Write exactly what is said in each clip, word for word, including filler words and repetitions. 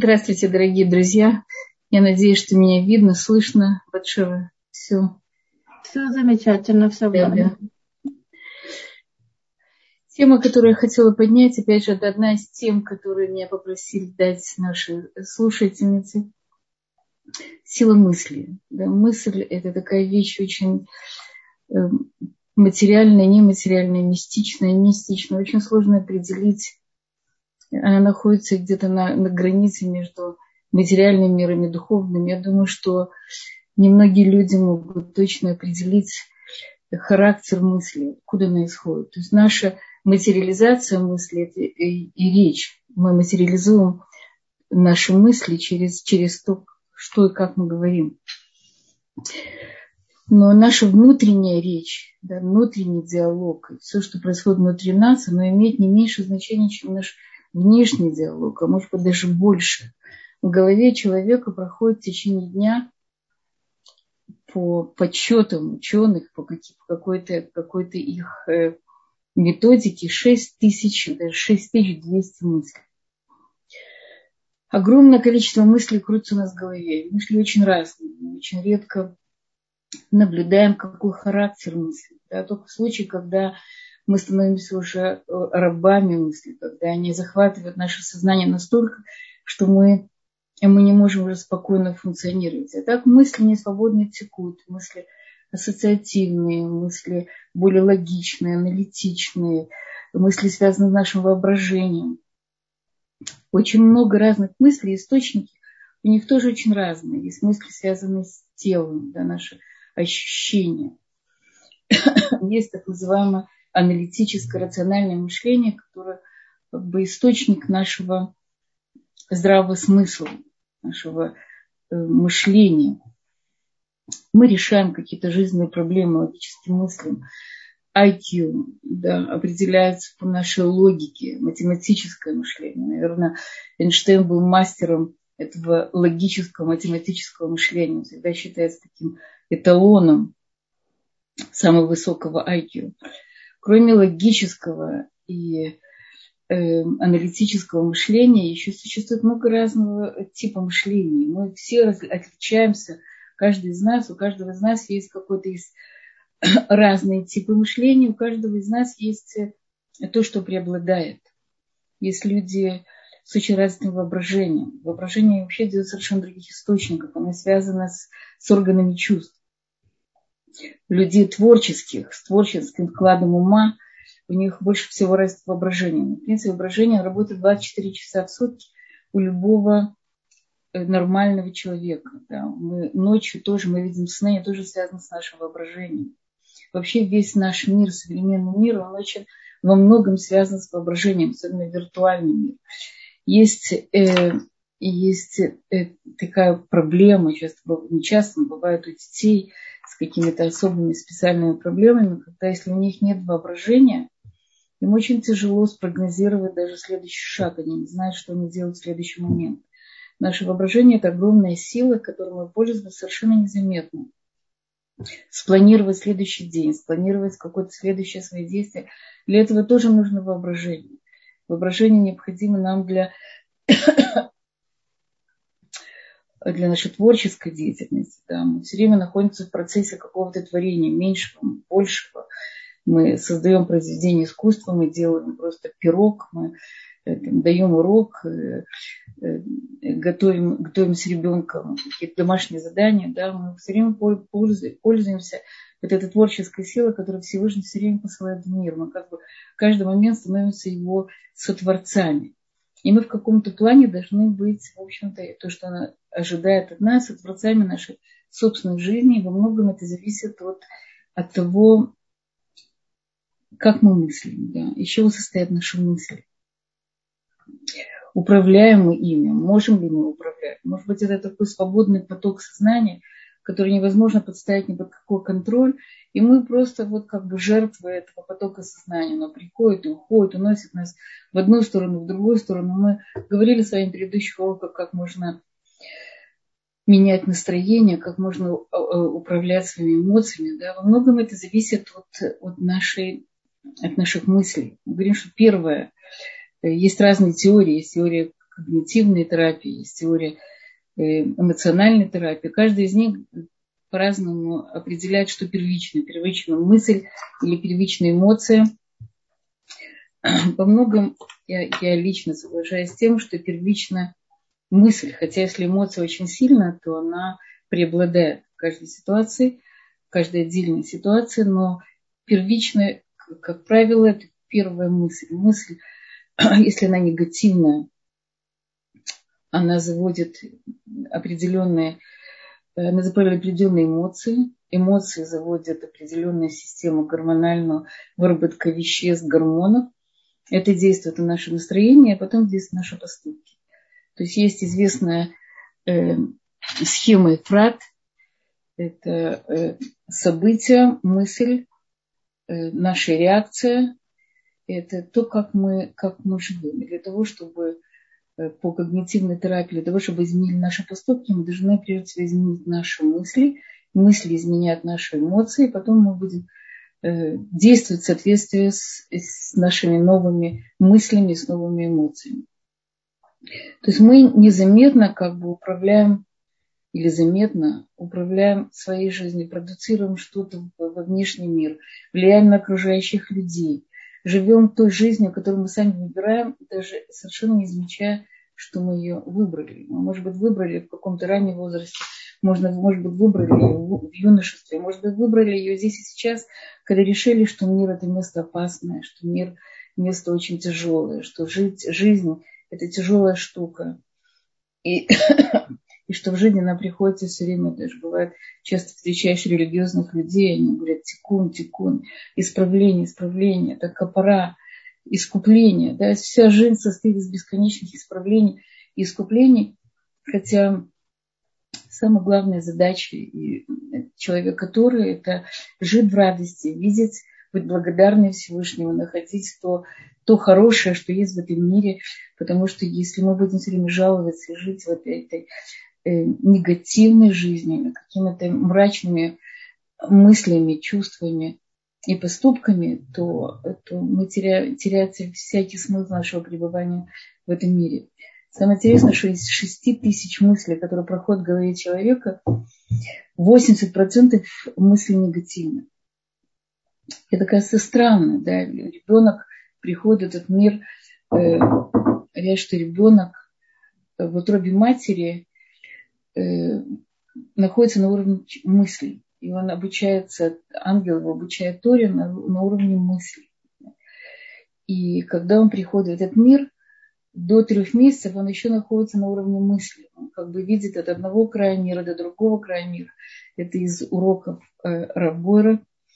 Здравствуйте, дорогие друзья. Я надеюсь, что меня видно, слышно. Батшева. Все. Все замечательно, все Да, правильно. да. Тема, которую я хотела поднять, опять же, это одна из тем, которые меня попросили дать наши слушательницы. Сила мысли. Да, мысль – это такая вещь очень э, материальная, нематериальная, мистичная, мистичная. Очень сложно определить. Она находится где-то на, на границе между материальным миром и духовным. Я думаю, что немногие люди могут точно определить характер мысли, откуда она исходит. То есть наша материализация мысли это и, и речь. Мы материализуем наши мысли через, через то, что и как мы говорим. Но наша внутренняя речь, да, внутренний диалог, все, что происходит внутри нас, оно имеет не меньше значения, чем наш внешний диалог, а может быть даже больше. В голове человека проходит в течение дня по подсчетам ученых, по какой-то, какой-то их методике шесть тысяч, даже шесть тысяч двести мыслей. Огромное количество мыслей крутится у нас в голове. Мысли очень разные. Мы очень редко наблюдаем, какой характер мысли. Да, только в случае, когда мы становимся уже рабами мысли, когда они захватывают наше сознание настолько, что мы, мы не можем уже спокойно функционировать. А так мысли не свободно текут, мысли ассоциативные, мысли более логичные, аналитичные, мысли связаны с нашим воображением. Очень много разных мыслей, источники у них тоже очень разные. Есть мысли, связанные с телом, да, наши ощущения. Есть так называемое аналитическое, рациональное мышление, которое как бы источник нашего здравого смысла, нашего э, мышления. Мы решаем какие-то жизненные проблемы логическим мыслям. ай кью, да, определяется по нашей логике, математическое мышление. Наверное, Эйнштейн был мастером этого логического, математического мышления. Он всегда считается таким эталоном самого высокого ай кью. Кроме логического и э, аналитического мышления, еще существует много разного типа мышления. Мы все отличаемся, каждый из нас, у каждого из нас есть какой-то из разные типы мышления, у каждого из нас есть то, что преобладает. Есть люди с очень развитым воображением. Воображение вообще идет совершенно других источников. Оно связано с, с органами чувств. Людей творческих, с творческим вкладом ума, у них больше всего развито воображение. В принципе, воображение работает двадцать четыре часа в сутки у любого нормального человека. Да. Мы ночью тоже, мы видим сны, это тоже связано с нашим воображением. Вообще весь наш мир, современный мир, он очень во многом связан с воображением, особенно виртуальный мир. Есть, э, есть э, такая проблема, часто, не часто, но бывает у детей с какими-то особыми специальными проблемами, когда если у них нет воображения, им очень тяжело спрогнозировать даже следующий шаг, они не знают, что они делают в следующий момент. Наше воображение – это огромная сила, которой мы пользуемся совершенно незаметно. Спланировать следующий день, спланировать какое-то следующее свои действия. Для этого тоже нужно воображение. Воображение необходимо нам для, для нашей творческой деятельности. Да. Мы все время находимся в процессе какого-то творения, меньшего, большего. Мы создаем произведение искусства, мы делаем просто пирог, мы там, даем урок, готовим, готовим с ребенком какие-то домашние задания, да, мы все время пользуемся вот этой творческой силой, которую Всевышний все время посылает в мир. Мы как бы в каждый момент становимся его сотворцами. И мы в каком-то плане должны быть, в общем-то, то, что она ожидает от нас, сотворцами нашей собственной жизни. И во многом это зависит от, от того, как мы мыслим, да, из чего состоят наши мысли. Управляем мы ими, можем ли мы управлять. Может быть, это такой свободный поток сознания, который невозможно подставить ни под какой контроль, и мы просто вот как бы жертвы этого потока сознания. Оно приходит и уходит, уносит нас в одну сторону, в другую сторону. Мы говорили с вами в предыдущих уроках, как можно менять настроение, как можно управлять своими эмоциями. Да? Во многом это зависит от, от, нашей, от наших мыслей. Мы говорим, что первое, есть разные теории. Есть теория, когнитивной терапии, есть теория эмоциональной терапии. Каждая из них по-разному определяет, что первично. Первичная мысль или первичная эмоция. По многим я, я лично соглашаюсь с тем, что первична мысль. Хотя если эмоция очень сильная, то она преобладает в каждой ситуации, в каждой отдельной ситуации. Но первичная, как правило, это первая мысль. Мысль, если она негативная, она заводит определенные, она запаливает определенные эмоции. Эмоции заводят определенную систему гормональную, выработка веществ, гормонов. Это действует на наше настроение, а потом действует на наши поступки. То есть есть известная э, схема Эфрат. Это э, событие, мысль, э, наша реакция. Это то, как мы, как мы живем. И для того, чтобы э, по когнитивной терапии, для того, чтобы изменили наши поступки, мы должны прежде всего изменить наши мысли. Мысли изменяют наши эмоции, и потом мы будем действовать в соответствии с, с нашими новыми мыслями, с новыми эмоциями. То есть мы незаметно как бы управляем или заметно управляем своей жизнью, продуцируем что-то во внешний мир, влияем на окружающих людей, живем той жизнью, которую мы сами выбираем, даже совершенно не замечая, что мы ее выбрали. Мы, может быть, выбрали в каком-то раннем возрасте, можно, может быть, выбрали ее в юношестве, может быть, выбрали ее здесь и сейчас, когда решили, что мир – это место опасное, что мир – место очень тяжелое, что жить, жизнь – это тяжелая штука. И, и что в жизни нам приходится все время, даже бывает, часто встречаешь религиозных людей, они говорят тикун, тикун, исправление, исправление, это капара, искупление. Да? Вся жизнь состоит из бесконечных исправлений и искуплений, хотя самая главная задача человека, который это жить в радости, видеть, быть благодарным Всевышнему, находить то, то хорошее, что есть в этом мире. Потому что если мы будем все время жаловаться и жить в этой, этой э, негативной жизни, какими-то мрачными мыслями, чувствами и поступками, то, то мы теряем, теряется всякий смысл нашего пребывания в этом мире. Самое интересное, что из шести тысяч мыслей, которые проходят в голове человека, восемьдесят процентов мыслей негативны. Это, кажется, странно. Да? Ребенок приходит в этот мир, э, говорят, что ребенок в утробе матери э, находится на уровне мыслей. И он обучается, ангел его обучает Торе на, на уровне мыслей. И когда он приходит в этот мир, до трех месяцев он еще находится на уровне мысли. Он как бы видит от одного края мира до другого края мира. Это из уроков э, Рав Бойра.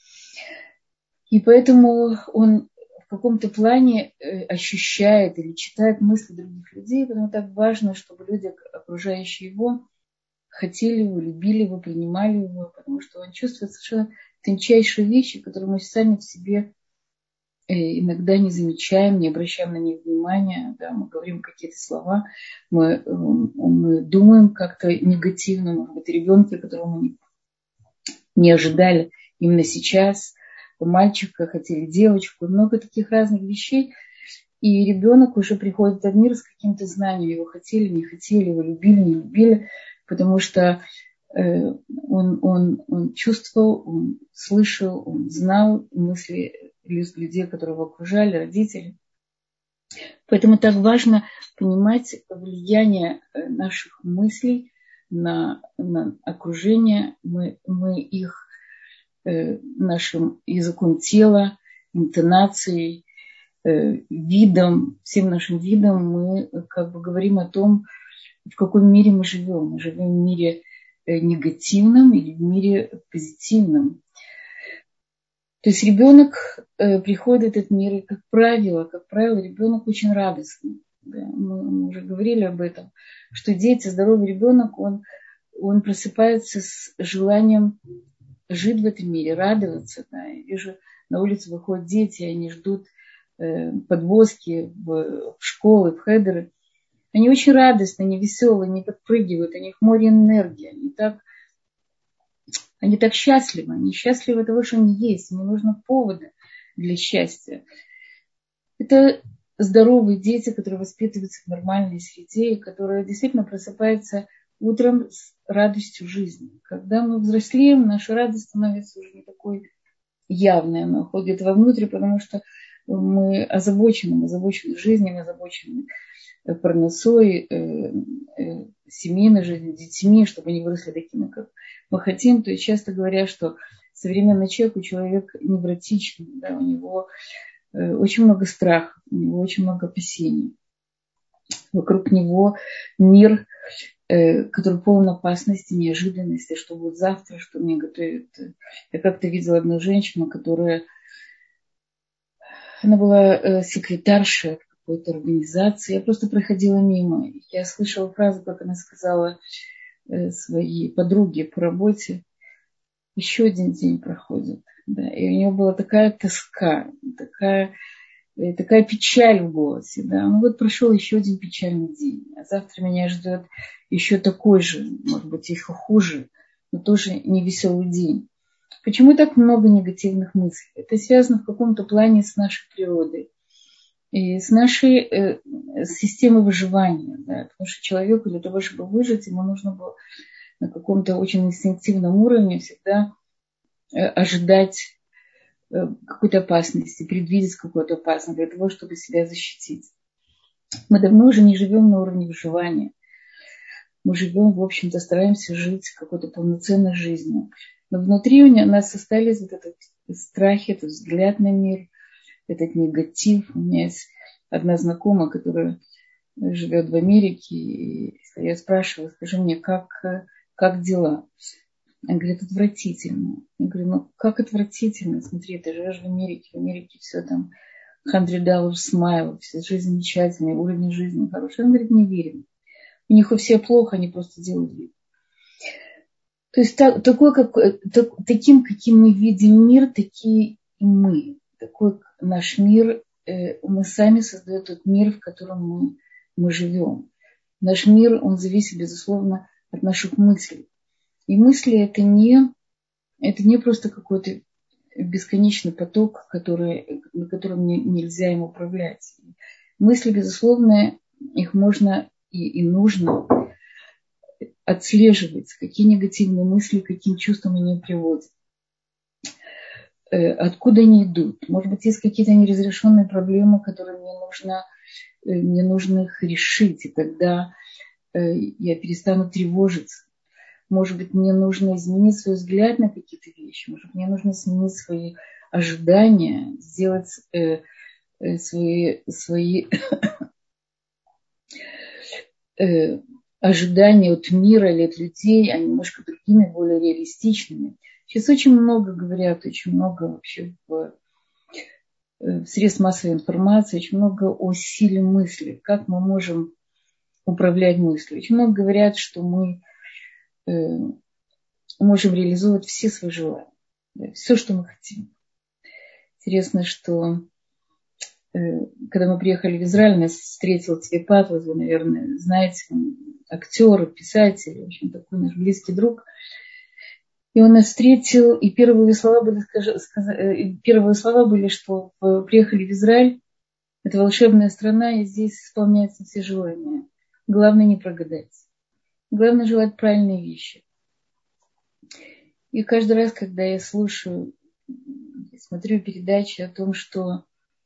И поэтому он в каком-то плане э, ощущает или читает мысли других людей. Поэтому так важно, чтобы люди, окружающие его, хотели его, любили его, принимали его. Потому что он чувствует совершенно тончайшие вещи, которые мы сами в себе иногда не замечаем, не обращаем на них внимания, да, мы говорим какие-то слова, мы, мы думаем как-то негативно, может быть, ребенке, которого мы не, не ожидали именно сейчас, мальчика хотели девочку, много таких разных вещей, и ребенок уже приходит в этот мир с каким-то знанием, его хотели, не хотели, его любили, не любили, потому что э, он, он, он чувствовал, он слышал, он знал мысли людей, которые его окружали, родители. Поэтому так важно понимать влияние наших мыслей на, на окружение. Мы, мы их э, нашим языком тела, интонацией, э, видом, всем нашим видом мы как бы говорим о том, в каком мире мы живем. Мы живем в мире негативном или в мире позитивном. То есть ребенок э, приходит в этот мир, и, как правило, как правило, ребенок очень радостный. Да? Мы, мы уже говорили об этом, что дети, здоровый ребенок, он, он просыпается с желанием жить в этом мире, радоваться. Да? Я вижу, на улицу выходят дети, они ждут э, подвозки в, в школы, в хедеры. Они очень радостные, они веселые, они подпрыгивают, у них море энергии, они так Они так счастливы, они счастливы от того, что они есть, им не нужно повода для счастья. Это здоровые дети, которые воспитываются в нормальной среде, и которые действительно просыпаются утром с радостью жизни. Когда мы взрослеем, наша радость становится уже не такой явной, она уходит вовнутрь, потому что мы озабочены, мы озабочены жизнью, мы озабочены парносой, э, э, семейной жизнью, детьми, чтобы они выросли такими, как мы хотим. То есть часто говорят, что современный человек, у человека невротичный, да, у него э, очень много страха, у него очень много опасений. Вокруг него мир, э, который полон опасности, неожиданности, что будет завтра, что мне готовят. Я как-то видела одну женщину, которая, она была э, секретаршей какой-то организации. Я просто проходила мимо. Я слышала фразу, как она сказала э, своей подруге по работе: еще один день проходит. Да. И у нее была такая тоска, такая, э, такая печаль в голосе. Да. Ну вот прошел еще один печальный день. А завтра меня ждет еще такой же, может быть, еще хуже, но тоже невеселый день. Почему так много негативных мыслей? Это связано в каком-то плане с нашей природой. И с нашей э, системой выживания. Да, потому что человеку для того, чтобы выжить, ему нужно было на каком-то очень инстинктивном уровне всегда э, ожидать э, какой-то опасности, предвидеть какую-то опасность для того, чтобы себя защитить. Мы давно уже не живем на уровне выживания. Мы живем, в общем-то, стараемся жить какой-то полноценной жизнью. Но внутри у нас остались вот этот страх, этот взгляд на мир, этот негатив. У меня есть одна знакомая, которая живет в Америке, и я спрашиваю: скажи мне, как, как дела? Она говорит: отвратительно. Я говорю: ну как отвратительно? Смотри, ты живешь в Америке, в Америке все там сто долларов смайл, вся жизнь замечательная, уровень жизни хороший. Она говорит: не верим. У них у всех плохо, они просто делают вид. То есть так, такой, как, так, таким, каким мы видим мир, такие и мы. Такой наш мир, э, мы сами создаем тот мир, в котором мы, мы живем. Наш мир, он зависит, безусловно, от наших мыслей. И мысли это не, это не просто какой-то бесконечный поток, который, на котором не, нельзя им управлять. Мысли, безусловно, их можно и, и нужно отслеживать, какие негативные мысли, каким чувствам они приводят. Откуда они идут. Может быть, есть какие-то неразрешенные проблемы, которые мне нужно, мне нужно их решить, и тогда я перестану тревожиться. Может быть, мне нужно изменить свой взгляд на какие-то вещи. Может быть, мне нужно изменить свои ожидания, сделать э, э, свои, свои э, ожидания от мира или от людей, а немножко другими, более реалистичными. Сейчас очень много говорят, очень много вообще в, в средствах массовой информации, очень много о силе мысли, как мы можем управлять мыслью. Очень много говорят, что мы э, можем реализовывать все свои желания, да, все, что мы хотим. Интересно, что э, когда мы приехали в Израиль, нас встретил Цвепат, вы, наверное, знаете, он актер, писатель, в общем, такой наш близкий друг. И он нас встретил, и первые слова были, скажи, сказать, первые слова были, что приехали в Израиль, это волшебная страна, и здесь исполняются все желания. Главное не прогадать. Главное желать правильные вещи. И каждый раз, когда я слушаю, смотрю передачи о том, что,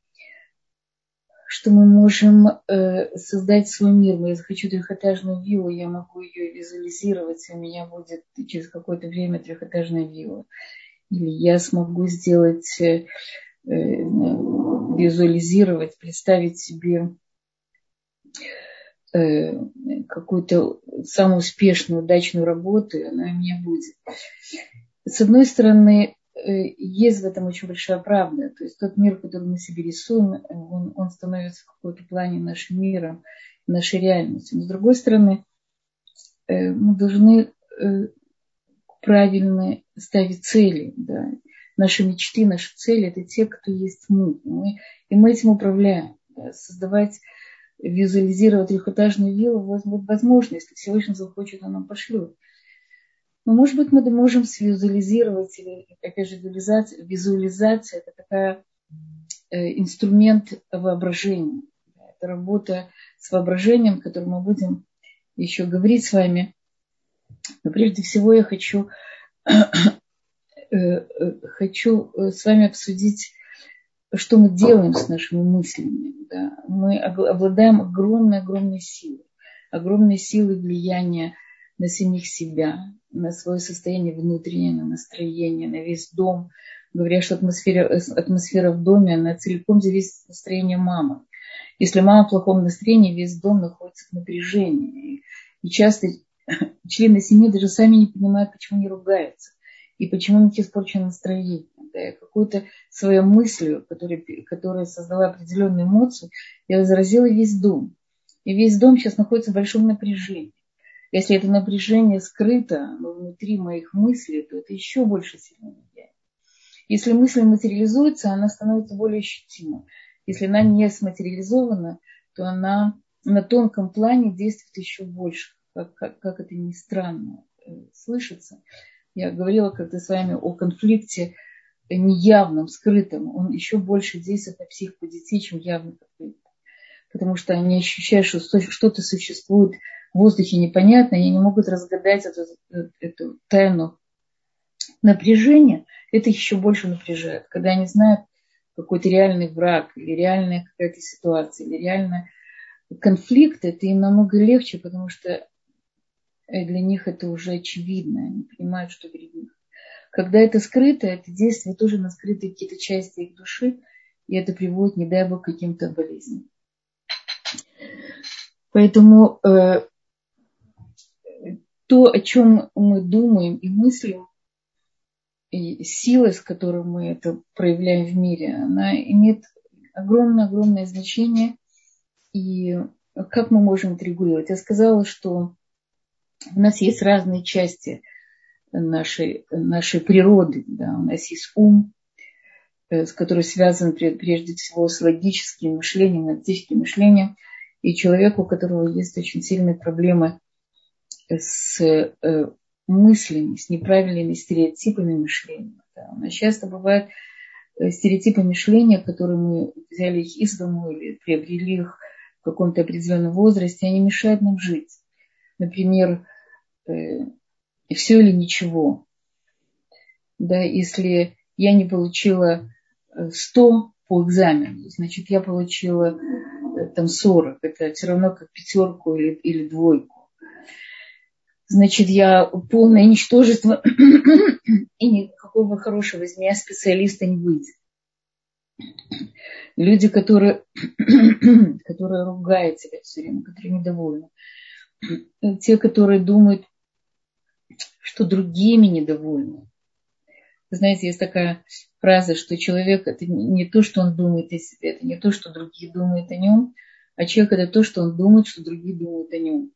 что мы можем э, создать свой мир, я захочу трехэтажную виллу, я могу ее визуализировать, и у меня будет через какое-то время трехэтажная вилла. Или я смогу сделать, э, визуализировать, представить себе э, какую-то самую успешную, удачную работу, и она у меня будет. С одной стороны, есть в этом очень большая правда. То есть тот мир, который мы себе рисуем, он, он становится в каком-то плане нашим миром, нашей реальностью. Но с другой стороны, мы должны правильно ставить цели. Да. Наши мечты, наши цели – это те, кто есть мы. мы и мы этим управляем. Да. Создавать, визуализировать трехэтажную виллу возможно, если Всевышний захочет, он нам пошлет. Но, может быть, мы можем свизуализировать, или, опять же, визуализация, визуализация – это такой э, инструмент воображения. Это работа с воображением, о которой мы будем еще говорить с вами. Но прежде всего я хочу, хочу с вами обсудить, что мы делаем с нашими мыслями. Да? Мы обладаем огромной-огромной силой, огромной силой влияния на самих себя, на свое состояние внутреннее, на настроение, на весь дом. Говорят, что атмосфера, атмосфера в доме, она целиком зависит от настроения мамы. Если мама в плохом настроении, весь дом находится в напряжении. И часто члены семьи даже сами не понимают, почему они ругаются и почему у них испорчено настроение. Да, какой-то своей мыслью, которая, которая создала определенную эмоцию, я заразила весь дом. И весь дом сейчас находится в большом напряжении. Если это напряжение скрыто внутри моих мыслей, то это еще больше сильно влияет. Если мысль материализуется, она становится более ощутимой. Если она не сматериализована, то она на тонком плане действует еще больше. Как, как, как это ни странно слышится. Я говорила как-то с вами о конфликте неявном, скрытом. Он еще больше действует на психику детей, чем явный конфликт. Потому что они ощущают, что что-то существует в воздухе непонятно, и они не могут разгадать эту, эту тайну напряжения. Это еще больше напряжает. Когда они знают какой-то реальный враг, или реальная какая-то ситуация, или реальный конфликт, это им намного легче, потому что для них это уже очевидно. Они понимают, что перед них. Когда это скрыто, это действие тоже на скрытые какие-то части их души, и это приводит, не дай бог, к каким-то болезням. Поэтому э, то, о чем мы думаем и мыслим, и сила, с которой мы это проявляем в мире, она имеет огромное-огромное значение. И как мы можем это регулировать? Я сказала, что у нас есть разные части нашей, нашей природы. Да? У нас есть ум, с которым связан прежде всего с логическим мышлением, аналитическим мышлением. И человек, у которого есть очень сильные проблемы с мыслями, с неправильными стереотипами мышления. Да. У нас часто бывают стереотипы мышления, которые мы взяли их из дома или приобрели их в каком-то определенном возрасте, они мешают нам жить. Например, все или ничего. Да, если я не получила сто по экзамену, значит, я получила там сорок. Это все равно как пятерку или, или двойку. Значит, я полное ничтожество, и никакого хорошего из меня специалиста не выйдет. Люди, которые, которые ругают себя все время, которые недовольны. Те, которые думают, что другими недовольны. Вы знаете, есть такая фраза, что человек – это не то, что он думает о себе, это не то, что другие думают о нем, а человек – это то, что он думает, что другие думают о нем.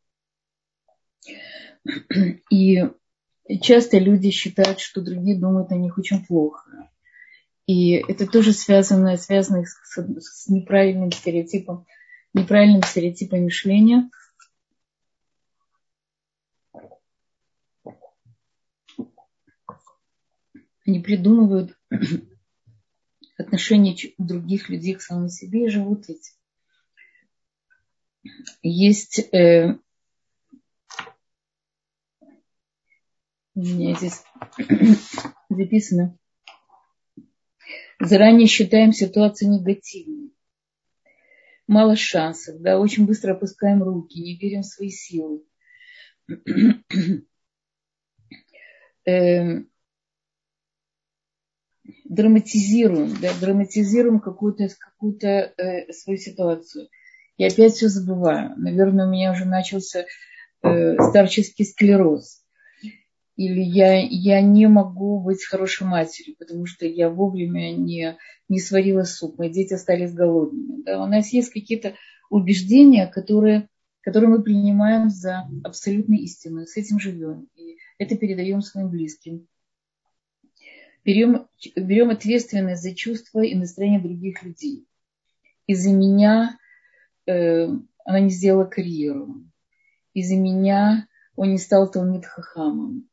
И часто люди считают, что другие думают о них очень плохо. И это тоже связано, связано с, с неправильным стереотипом, неправильным стереотипом мышления. Они придумывают отношения других людей к самому себе и живут этим. Есть... Э, у меня здесь записано. Заранее считаем ситуацию негативной. Мало шансов, да, очень быстро опускаем руки, не верим в свои силы. э, драматизируем, да, драматизируем какую-то, какую-то э, свою ситуацию. И опять все забываю. Наверное, у меня уже начался э, старческий склероз. Или я, я не могу быть хорошей матерью, потому что я вовремя не, не сварила суп, мои дети остались голодными. Да? У нас есть какие-то убеждения, которые, которые мы принимаем за абсолютно истину, с этим живем. И это передаем своим близким. Берем, берем ответственность за чувства и настроение других людей. Из-за меня э, она не сделала карьеру. Из-за меня он не стал Талмид Хахамом.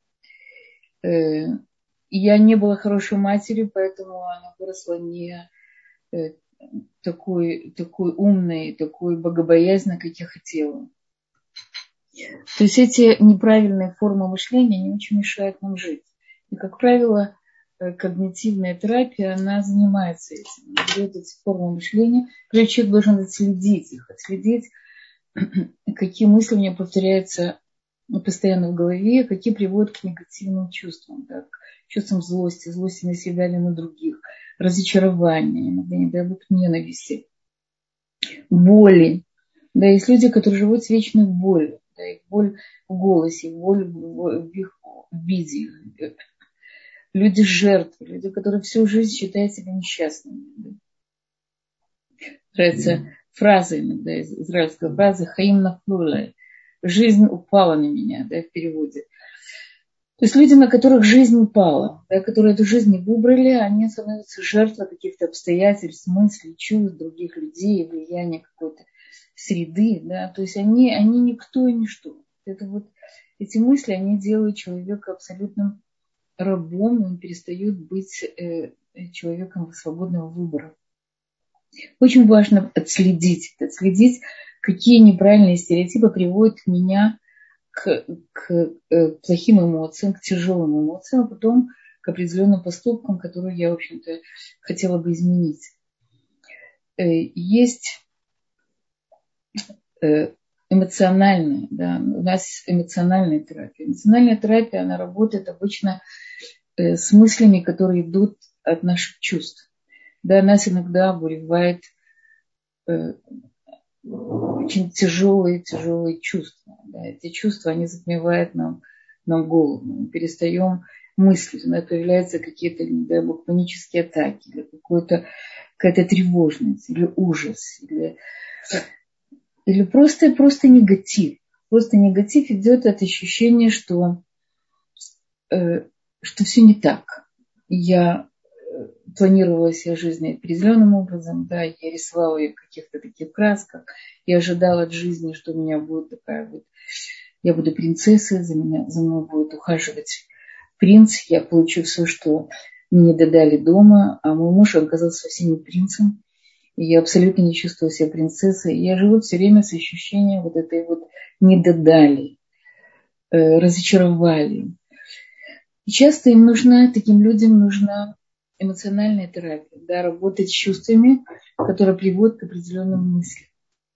И я не была хорошей матерью, поэтому она выросла не, такой, такой умной, такой богобоязненной, как я хотела. То есть эти неправильные формы мышления, они очень мешают нам жить. И, как правило, когнитивная терапия, она занимается этим. Она берет эти формы мышления. Прежде человек должен отследить их, отследить, какие мысли у него повторяются постоянно в голове, какие приводят к негативным чувствам, да, к чувствам злости, злости на себя или на других, разочарования, иногда, не дай бог, ненависти, боли. Да, есть люди, которые живут с вечной болью, да, их боль в голосе, боль в их виде. Люди жертвы, люди, которые всю жизнь считают себя несчастными. Да. Нравится фраза иногда, израильская фраза «хаим нафлулай». Жизнь упала на меня, да, в переводе. То есть люди, на которых жизнь упала, да, которые эту жизнь не выбрали, они становятся жертвой каких-то обстоятельств, мыслей, чувств других людей, влияния какой-то среды. Да. То есть они, они никто и ничто. Это вот, эти мысли, они делают человека абсолютным рабом, он перестает быть э, человеком свободного выбора. Очень важно отследить, отследить, какие неправильные стереотипы приводят меня к, к э, плохим эмоциям, к тяжелым эмоциям, а потом к определенным поступкам, которые я, в общем-то, хотела бы изменить. Э, есть э, эмоциональная, да, у нас эмоциональная терапия. Эмоциональная терапия, она работает обычно э, с мыслями, которые идут от наших чувств. Да, нас иногда обуревает э, очень тяжелые, тяжелые чувства. Да. Эти чувства, они затмевают нам, нам голову. Мы перестаем мыслить. У нас появляются какие-то, не дай бог, панические атаки, или какой-то, какая-то тревожность, или ужас, или, или просто, просто негатив. Просто негатив идет от ощущения, что, э, что все не так. Я планировала себе жизнь определенным образом, да, я рисовала ее в каких-то таких красках, я ожидала от жизни, что у меня будет такая вот, я буду принцессой, за меня, за мной будет ухаживать принц, я получу все, что мне додали дома, а мой муж оказался совсем не принцем, и я абсолютно не чувствовала себя принцессой, и я живу все время с ощущением вот этой вот не додали, э, разочаровали. И часто им нужна, таким людям нужна эмоциональная терапия, да, работать с чувствами, которые приводят к определенным мыслям.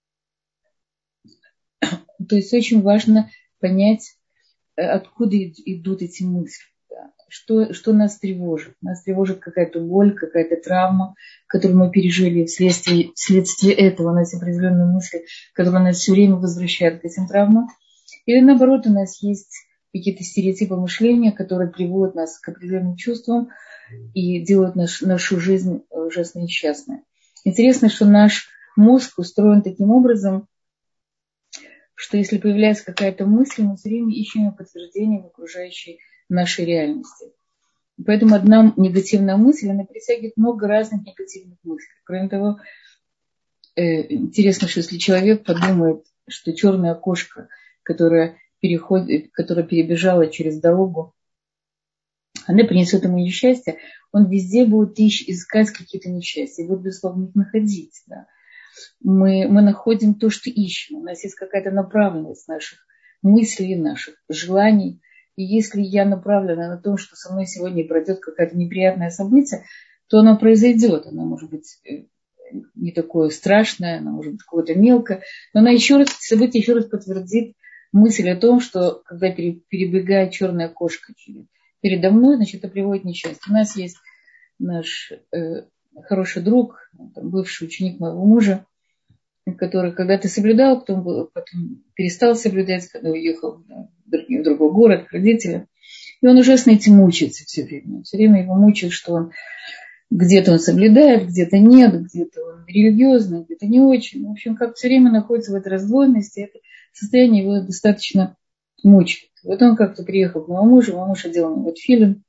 То есть очень важно понять, откуда идут эти мысли, да, что, что нас тревожит. Нас тревожит какая-то боль, какая-то травма, которую мы пережили, вследствие, вследствие этого у нас определенные мысли, которые нас все время возвращают к этим травмам. Или наоборот, у нас есть какие-то стереотипы мышления, которые приводят нас к определенным чувствам и делают наш, нашу жизнь ужасно несчастной. Интересно, что наш мозг устроен таким образом, что если появляется какая-то мысль, мы все время ищем подтверждение в окружающей нашей реальности. Поэтому одна негативная мысль, она притягивает много разных негативных мыслей. Кроме того, э, интересно, что если человек подумает, что черная кошка, которая, переходит, которая перебежала через дорогу, она принесет ему несчастье, он везде будет искать какие-то несчастья, будет, безусловно, их находить. Да. Мы, мы находим то, что ищем. У нас есть какая-то направленность наших мыслей, наших желаний. И если я направлена на то, что со мной сегодня пройдет какое-то неприятное событие, то оно произойдет. Оно может быть не такое страшное, оно может быть какое-то мелкое, но оно еще раз, событие еще раз подтвердит мысль о том, что когда перебегает черная кошка передо мной, значит, это приводит к несчастью. У нас есть наш э, хороший друг, там, бывший ученик моего мужа, который когда-то соблюдал, потом, был, потом перестал соблюдать, когда уехал в другой, в другой город к родителям. И он ужасно этим мучается все время. Все время его мучает, что он где-то он соблюдает, где-то нет, где-то он религиозный, где-то не очень. В общем, как все время находится в этой раздвоенности, это состояние его достаточно мучает. Вот он как-то приехал к моему мужу, мой муж одел ему вот филин,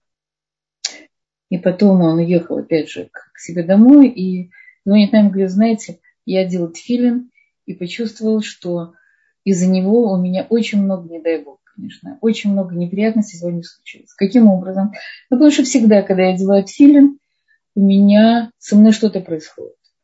и потом он уехал опять же к себе домой, и звонит нам и говорит, знаете, я одел тфилин и почувствовал, что из-за него у меня очень много, не дай бог, конечно, очень много неприятностей сегодня случилось. Каким образом? Ну, потому что всегда, когда я одеваю тфилин, у меня со мной что-то происходит.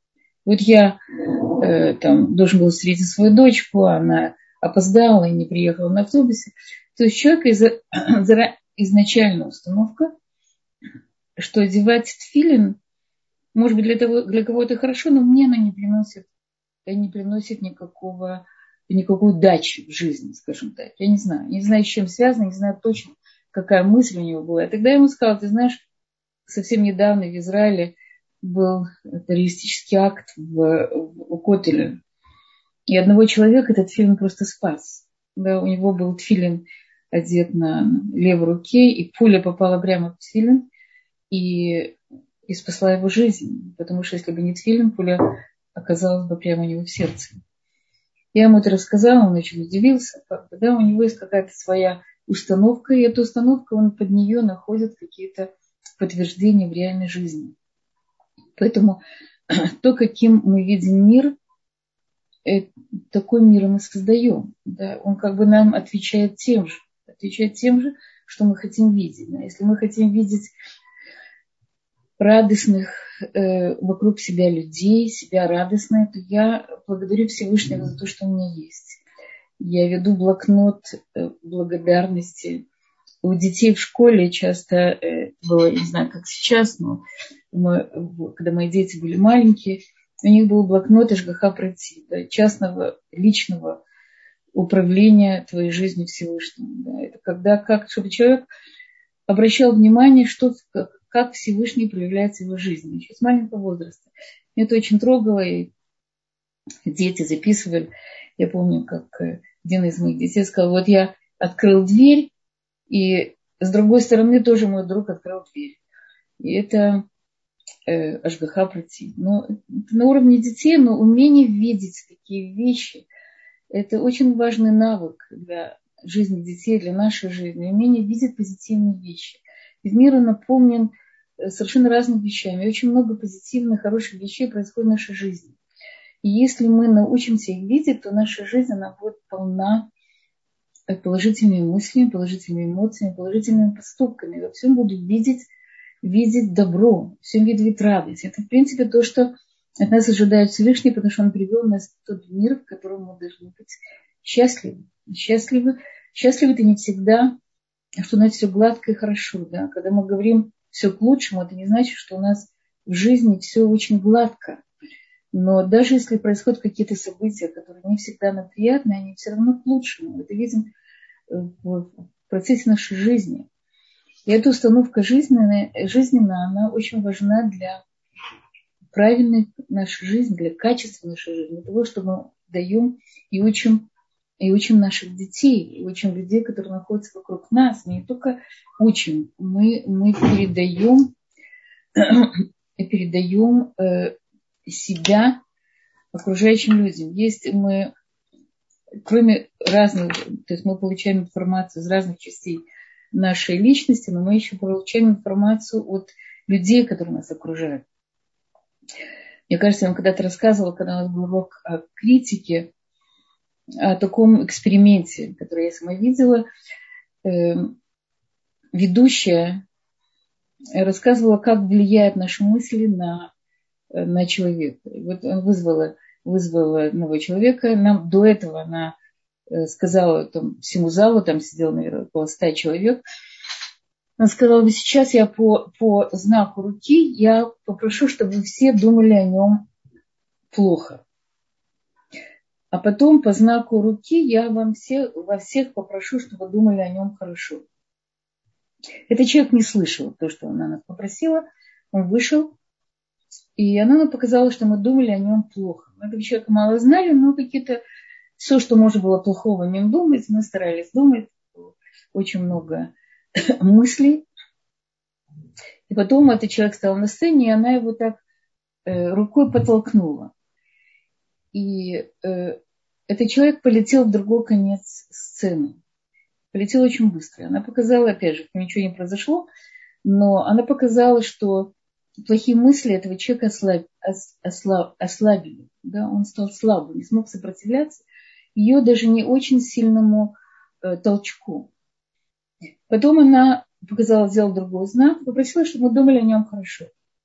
Вот я э, там должен был встретить свою дочку, она опоздала и не приехала на автобусе. То есть человек из, изначально установка, что одевать тфилин, может быть, для, того, для кого-то хорошо, но мне она не приносит, не приносит никакого, никакой удачи в жизни, скажем так. Я не знаю. Не знаю, с чем связано, не знаю точно, какая мысль у него была. И тогда я ему сказала, ты знаешь, совсем недавно в Израиле был террористический акт в, в, в Котеле. И одного человека этот тфилин просто спас. Да, у него был тфилин одет на левой руке, и пуля попала прямо в тфилин и, и спасла его жизнь. Потому что если бы не тфилин, пуля оказалась бы прямо у него в сердце. Я ему это рассказала, он очень удивился. Да, у него есть какая-то своя установка, и эта установка, он под нее находит какие-то подтверждения в реальной жизни. Поэтому то, каким мы видим мир, такой мир мы создаем. Да? Он как бы нам отвечает тем же. Отвечает тем же, что мы хотим видеть. Да? Если мы хотим видеть радостных э, вокруг себя людей, себя радостных, то я благодарю Всевышнего за то, что у меня есть. Я веду блокнот э, благодарности. У детей в школе часто э, было, не знаю, как сейчас, но мы, когда мои дети были маленькие, у них был блокнот ЖГХ пройти, да, частного, личного управления твоей жизнью Всевышним. Да. Это когда, как, чтобы человек обращал внимание, что, как, как Всевышний проявляется в его жизни, еще с маленького возраста. Меня это очень трогало, и дети записывали. Я помню, как один из моих детей сказал, вот я открыл дверь, и с другой стороны тоже мой друг открыл дверь. И это э, ЖГХ пройти. Но на уровне детей, но умение видеть такие вещи, это очень важный навык для жизни детей, для нашей жизни. Умение видеть позитивные вещи. Ведь мир наполнен совершенно разными вещами. Очень много позитивных, хороших вещей происходит в нашей жизни. И если мы научимся их видеть, то наша жизнь, она будет полна положительными мыслями, положительными эмоциями, положительными поступками. Во всем буду видеть, видеть добро, во всем видеть радость. Это, в принципе, то, что от нас ожидает Всевышний, потому что Он привел нас в тот мир, в котором мы должны быть счастливы. Счастливы, счастливы это не всегда, что у нас все гладко и хорошо. Да? Когда мы говорим все к лучшему, это не значит, что у нас в жизни все очень гладко. Но даже если происходят какие-то события, которые не всегда нам приятны, они все равно к лучшему. Мы это видим в процессе нашей жизни. И эта установка жизненная, жизненная, она очень важна для правильной нашей жизни, для качества нашей жизни, для того, что мы даем и учим, и учим наших детей, и учим людей, которые находятся вокруг нас. Мы не только учим, мы, мы передаем, передаем э, себя окружающим людям. Есть мы, кроме разных, то есть мы получаем информацию из разных частей нашей личности, но мы еще получаем информацию от людей, которые нас окружают. Мне кажется, я вам когда-то рассказывала, когда у нас был урок о критике, о таком эксперименте, который я сама видела. Э, ведущая рассказывала, как влияют наши мысли на, на человека. Вот она вызвала, вызвала одного человека. Нам до этого она сказала там, всему залу, там сидело, наверное, около ста человек. Она сказала, вот сейчас я по, по знаку руки я попрошу, чтобы все думали о нем плохо. А потом по знаку руки я вам все, во всех попрошу, чтобы думали о нем хорошо. Этот человек не слышал то, что она нас попросила. Он вышел, и она нам показала, что мы думали о нем плохо. Мы этого человека мало знали, но какие-то все, что можно было плохого о нем думать, мы старались думать. Очень много мыслей. И потом этот человек стал на сцене, и она его так э, рукой подтолкнула. И э, этот человек полетел в другой конец сцены. Полетел очень быстро. Она показала, опять же, ничего не произошло, но она показала, что плохие мысли этого человека ослаб, ослаб, ослабили. Да? Он стал слабым, не смог сопротивляться ее даже не очень сильному э, толчку. Потом она показала, сделала другой знак, попросила, чтобы мы думали о нем хорошо.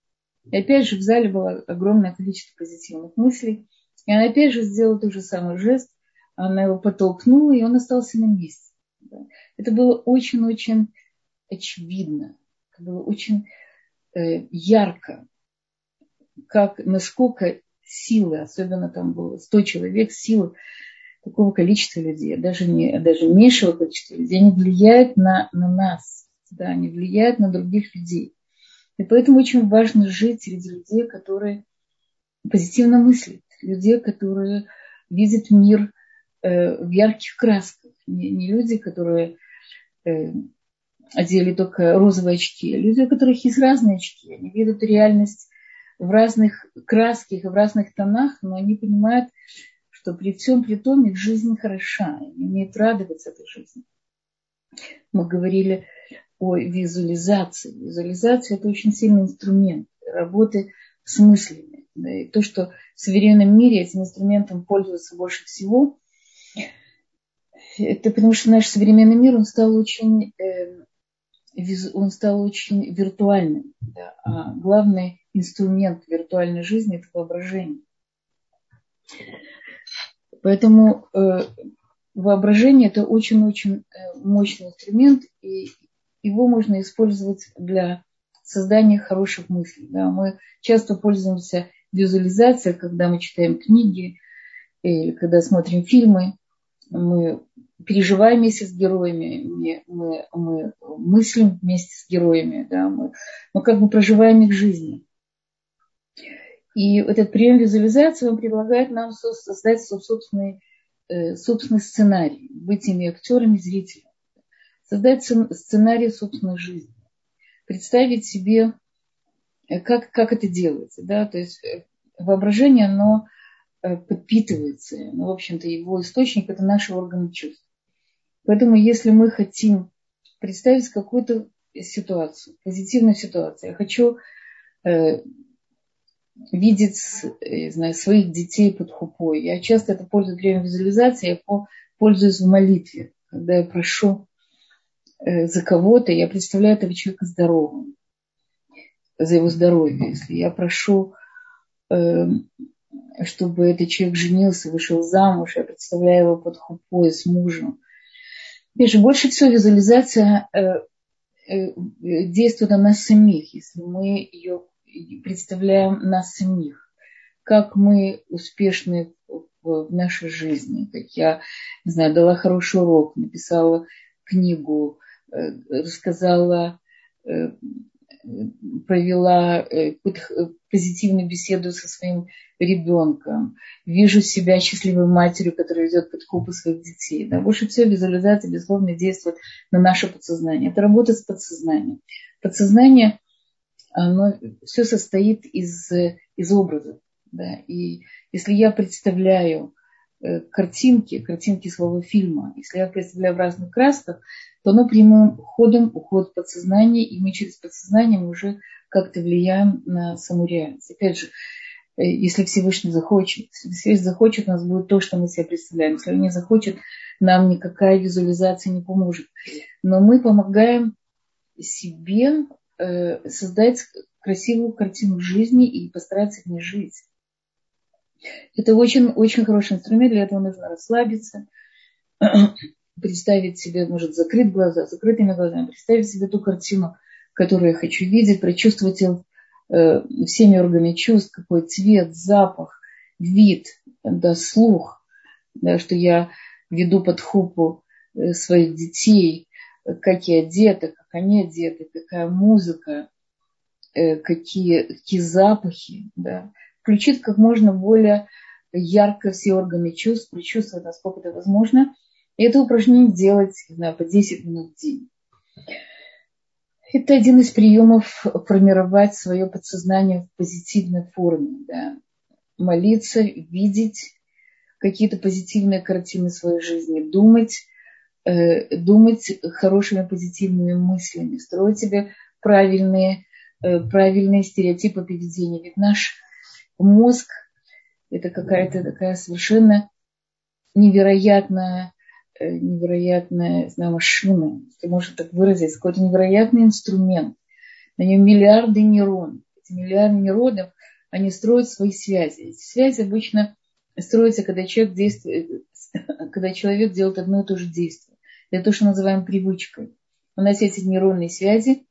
И опять же в зале было огромное количество позитивных мыслей. И она опять же сделала тот же самый жест. Она его подтолкнула, и он остался на месте. Это было очень-очень очевидно. Это было очень э, ярко. Как, насколько силы, особенно там было сто человек, силы такого количества людей, даже, не, даже меньшего количества людей, они влияют на, на нас, да, они влияют на других людей. И поэтому очень важно жить среди людей, которые позитивно мыслят, людей, которые видят мир э, в ярких красках. Не, не люди, которые э, одели только розовые очки, а люди, у которых есть разные очки. Они видят реальность в разных красках, в разных тонах, но они понимают, что при всем при том их жизнь хороша, они умеют радоваться этой жизни. Мы говорили о визуализации. Визуализация – это очень сильный инструмент работы с мыслями. Да, и то, что в современном мире этим инструментом пользуются больше всего, это потому что наш современный мир, он стал очень, э, он стал очень виртуальным. Да, а главный инструмент виртуальной жизни – это воображение. Поэтому э, воображение – это очень-очень мощный инструмент, и его можно использовать для создания хороших мыслей. Да. Мы часто пользуемся визуализацией, когда мы читаем книги или когда смотрим фильмы. Мы переживаем вместе с героями, мы, мы мыслим вместе с героями, да, мы, мы как бы проживаем их жизни. И этот прием визуализации, он предлагает нам создать собственный, э, собственный сценарий, быть ими актерами, зрителями, создать сценарий собственной жизни, представить себе, как, как это делается. Да? То есть воображение, оно подпитывается, ну, в общем-то, его источник – это наши органы чувств. Поэтому, если мы хотим представить какую-то ситуацию, позитивную ситуацию, я хочу э, видеть, я знаю, своих детей под хупой. Я часто это пользуюсь время визуализации, я пользуюсь в молитве, когда я прошу э, за кого-то, я представляю этого человека здоровым, за его здоровье. Если я прошу, э, чтобы этот человек женился, вышел замуж, я представляю его под хупой с мужем. Конечно, больше всего визуализация э, э, действует на нас самих, если мы ее представляем нас самих, как мы успешны в, в нашей жизни, как я, не знаю, дала хороший урок, написала книгу, э, рассказала, э, провела э, позитивную беседу со своим ребенком, вижу себя счастливой матерью, которая ведет под хупу своих детей. Да. Больше всего визуализация, безусловно, действует на наше подсознание. Это работа с подсознанием. Подсознание, оно все состоит из, из образов. Да. И если я представляю э, картинки, картинки своего фильма, если я представляю в разных красках, то оно прямым ходом уходит в подсознание, и мы через подсознание мы уже как-то влияем на саму реальность. Опять же, если Всевышний захочет. Если Всевышний захочет, у нас будет то, что мы себе представляем. Если он не захочет, нам никакая визуализация не поможет. Но мы помогаем себе э, создать красивую картину жизни и постараться в ней жить. Это очень, очень хороший инструмент. Для этого нужно расслабиться, представить себе, может, закрыть глаза, закрытыми глазами, представить себе ту картину, которую я хочу видеть, прочувствовать ее всеми органами чувств, какой цвет, запах, вид, да, слух, да, что я веду под хупу своих детей, как я одета, как они одеты, какая музыка, какие, какие запахи. Да. Включить как можно более ярко все органы чувств, прочувствовать, насколько это возможно. И это упражнение делать, не знаю, по десять минут в день. Это один из приемов формировать свое подсознание в позитивной форме. Да. Молиться, видеть какие-то позитивные картины своей жизни, думать, э, думать хорошими позитивными мыслями, строить себе правильные, э, правильные стереотипы поведения. Ведь наш мозг – это какая-то такая совершенно невероятная, невероятная, знаю, машина, если можно так выразить, какой-то невероятный инструмент. На нем миллиарды нейронов. эти миллиарды нейронов, они строят свои связи. Эти связи обычно строятся, когда человек действует, когда человек делает одно и то же действие. Это то, что называем привычкой. У нас эти нейронные связи,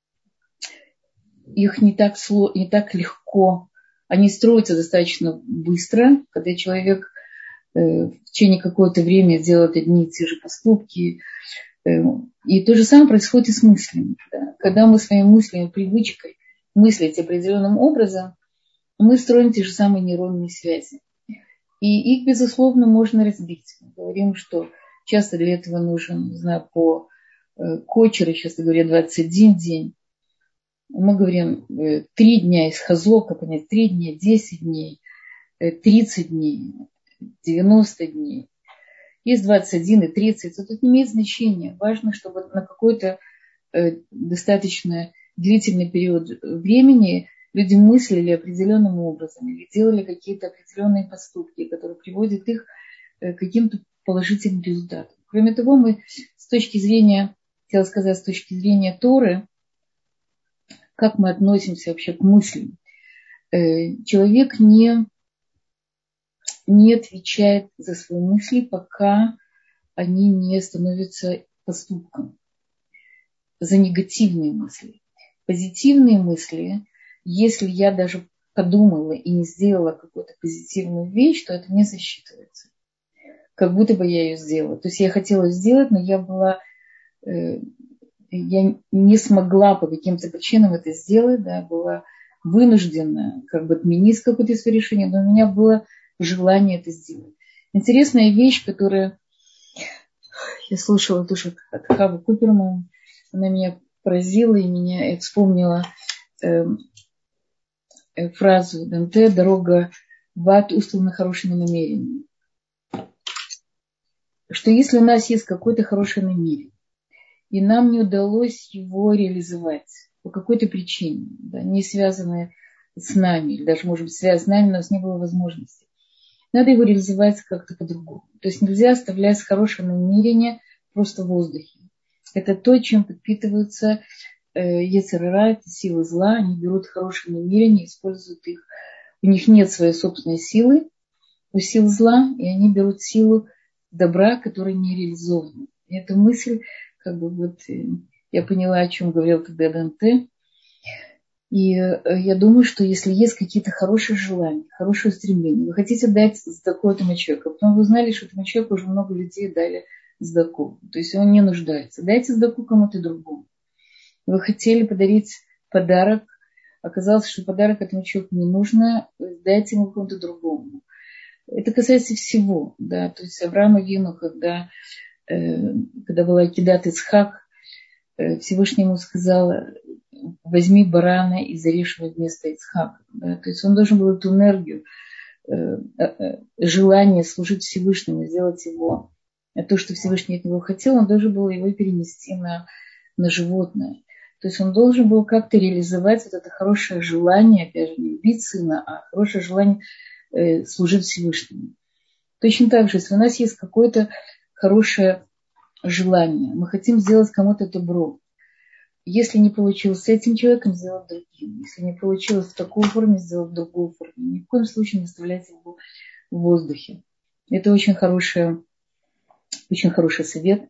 их не так, не так легко, они строятся достаточно быстро, когда человек в течение какого-то времени делает одни и те же поступки. И то же самое происходит и с мыслями. Да. Когда мы своими мыслями, привычкой мыслить определенным образом, мы строим те же самые нейронные связи. И их, безусловно, можно разбить. Мы говорим, что часто для этого нужен, не знаю, по Кочеру, часто говорят, двадцать один день. Мы говорим три дня из Хазока, понять, три дня, десять дней, тридцать дней, девяносто дней. Есть двадцать один и тридцать. Это не имеет значения. Важно, чтобы на какой-то достаточно длительный период времени люди мыслили определенным образом или делали какие-то определенные поступки, которые приводят их к каким-то положительным результатам. Кроме того, мы с точки зрения, хотела сказать, с точки зрения Торы, как мы относимся вообще к мыслям. Человек не, не отвечает за свои мысли, пока они не становятся поступком. За негативные мысли. Позитивные мысли, если я даже подумала и не сделала какую-то позитивную вещь, то это не засчитывается. Как будто бы я ее сделала. То есть я хотела сделать, но я была, э, я не смогла по каким-то причинам это сделать, да, была вынуждена как бы отменить какое-то свое решение, но у меня было желание это сделать. Интересная вещь, которая я слышала тоже от Хавы Куперман, она меня поразила и меня и вспомнила э, э, фразу Данте «Дорога в ад устлана хорошими намерениями». Что если у нас есть какое-то хорошее намерение, и нам не удалось его реализовать по какой-то причине, да, не связанной с нами, или даже, может быть, связанной с нами, но у нас не было возможности, надо его реализовать как-то по-другому. То есть нельзя оставлять хорошее намерение просто в воздухе. Это то, чем подпитываются э, йецер ара, это силы зла. Они берут хорошие намерения, используют их. У них нет своей собственной силы, у сил зла, и они берут силу добра, которая не реализована. И эта мысль, как бы вот, э, я поняла, о чем говорил тогда Данте. И э, я думаю, что если есть какие-то хорошие желания, хорошие стремления, вы хотите дать сдаку этому человеку, потом вы узнали, что этому человеку уже много людей дали сдаку, то есть он не нуждается. Дайте сдаку кому-то другому. Вы хотели подарить подарок, оказалось, что подарок этому человеку не нужно, дайте ему кому-то другому. Это касается всего, да, то есть Авраам Авину, когда, э, когда была Акидат Ицхак, э, Всевышний ему сказал: возьми барана и зарежь его вместо Ицхака. Да? То есть он должен был эту энергию, э, э, желание служить Всевышнему, сделать его, то, что Всевышний от него хотел, он должен был его перенести на, на животное. То есть он должен был как-то реализовать вот это хорошее желание, опять же, не любить сына, а хорошее желание э, служить Всевышнему. Точно так же, если у нас есть какое-то хорошее желание, мы хотим сделать кому-то добро, если не получилось с этим человеком, сделать другим. Если не получилось в такой форме, сделать в другую форму. Ни в коем случае не оставлять его в воздухе. Это очень хороший, очень хороший совет.